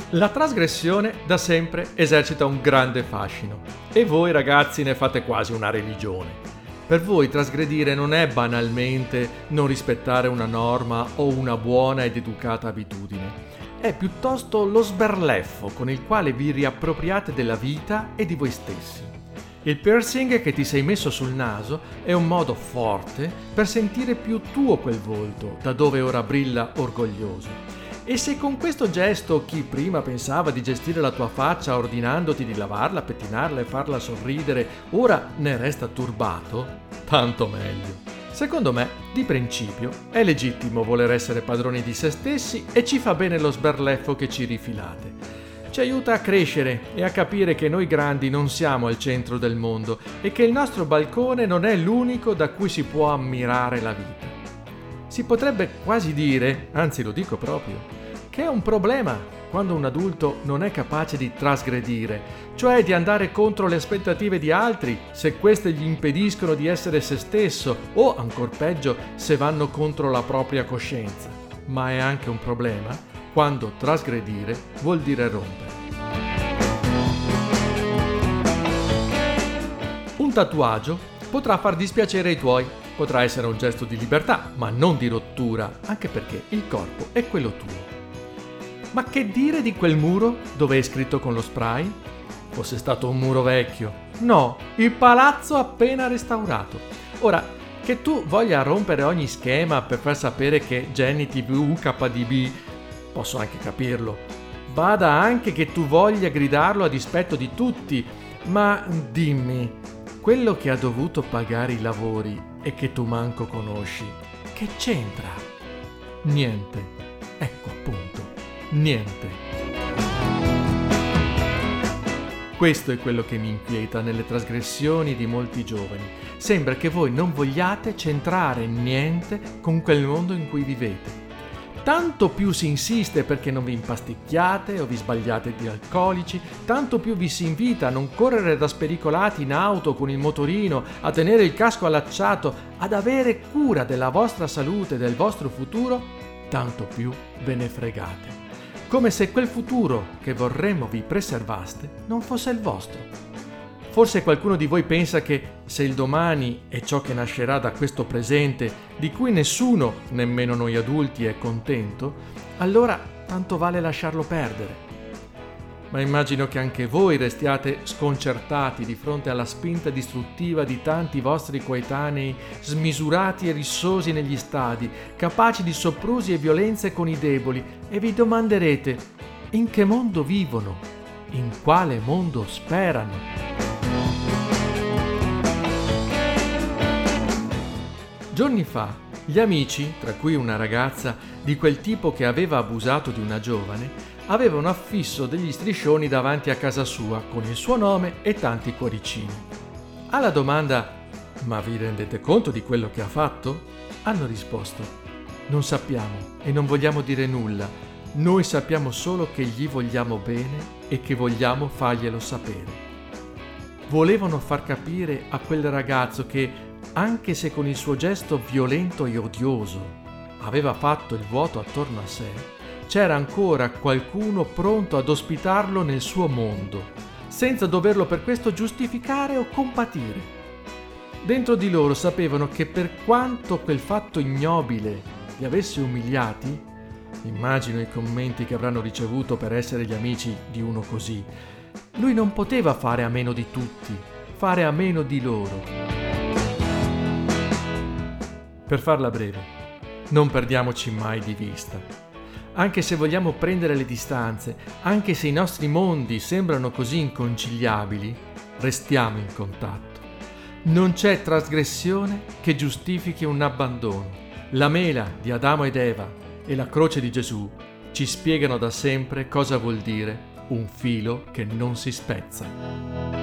La trasgressione da sempre esercita un grande fascino e voi ragazzi ne fate quasi una religione. Per voi trasgredire non è banalmente non rispettare una norma o una buona ed educata abitudine, è piuttosto lo sberleffo con il quale vi riappropriate della vita e di voi stessi. Il piercing che ti sei messo sul naso è un modo forte per sentire più tuo quel volto, da dove ora brilla orgoglioso. E se con questo gesto chi prima pensava di gestire la tua faccia ordinandoti di lavarla, pettinarla e farla sorridere, ora ne resta turbato, tanto meglio. Secondo me, di principio, è legittimo voler essere padroni di se stessi e ci fa bene lo sberleffo che ci rifilate. Ci aiuta a crescere e a capire che noi grandi non siamo al centro del mondo e che il nostro balcone non è l'unico da cui si può ammirare la vita. Si potrebbe quasi dire, anzi lo dico proprio, che è un problema quando un adulto non è capace di trasgredire, cioè di andare contro le aspettative di altri se queste gli impediscono di essere se stesso o, ancor peggio, se vanno contro la propria coscienza. Ma è anche un problema quando trasgredire vuol dire rompere. Un tatuaggio potrà far dispiacere ai tuoi, potrà essere un gesto di libertà, ma non di rottura, anche perché il corpo è quello tuo. Ma che dire di quel muro dove è scritto con lo spray? Fosse stato un muro vecchio. No, il palazzo appena restaurato. Ora, che tu voglia rompere ogni schema per far sapere che Jenny TV UKDB, posso anche capirlo. Vada anche che tu voglia gridarlo a dispetto di tutti, ma dimmi, quello che ha dovuto pagare i lavori e che tu manco conosci, che c'entra? Niente. Ecco appunto. Niente. Questo è quello che mi inquieta nelle trasgressioni di molti giovani. Sembra che voi non vogliate centrare niente con quel mondo in cui vivete. Tanto più si insiste perché non vi impasticchiate o vi sbagliate di alcolici, tanto più vi si invita a non correre da spericolati in auto con il motorino, a tenere il casco allacciato, ad avere cura della vostra salute e del vostro futuro, tanto più ve ne fregate. Come se quel futuro che vorremmo vi preservaste non fosse il vostro. Forse qualcuno di voi pensa che se il domani è ciò che nascerà da questo presente, di cui nessuno, nemmeno noi adulti, è contento, allora tanto vale lasciarlo perdere. Ma immagino che anche voi restiate sconcertati di fronte alla spinta distruttiva di tanti vostri coetanei smisurati e rissosi negli stadi, capaci di soprusi e violenze con i deboli, e vi domanderete: in che mondo vivono? In quale mondo sperano? Giorni fa, gli amici, tra cui una ragazza di quel tipo che aveva abusato di una giovane, avevano affisso degli striscioni davanti a casa sua con il suo nome e tanti cuoricini. Alla domanda «Ma vi rendete conto di quello che ha fatto?» hanno risposto «Non sappiamo e non vogliamo dire nulla, noi sappiamo solo che gli vogliamo bene e che vogliamo farglielo sapere». Volevano far capire a quel ragazzo che, anche se con il suo gesto violento e odioso aveva fatto il vuoto attorno a sé, c'era ancora qualcuno pronto ad ospitarlo nel suo mondo, senza doverlo per questo giustificare o compatire. Dentro di loro sapevano che per quanto quel fatto ignobile li avesse umiliati, immagino i commenti che avranno ricevuto per essere gli amici di uno così, lui non poteva fare a meno di tutti, fare a meno di loro. Per farla breve, non perdiamoci mai di vista. Anche se vogliamo prendere le distanze, anche se i nostri mondi sembrano così inconciliabili, restiamo in contatto. Non c'è trasgressione che giustifichi un abbandono. La mela di Adamo ed Eva e la croce di Gesù ci spiegano da sempre cosa vuol dire un filo che non si spezza.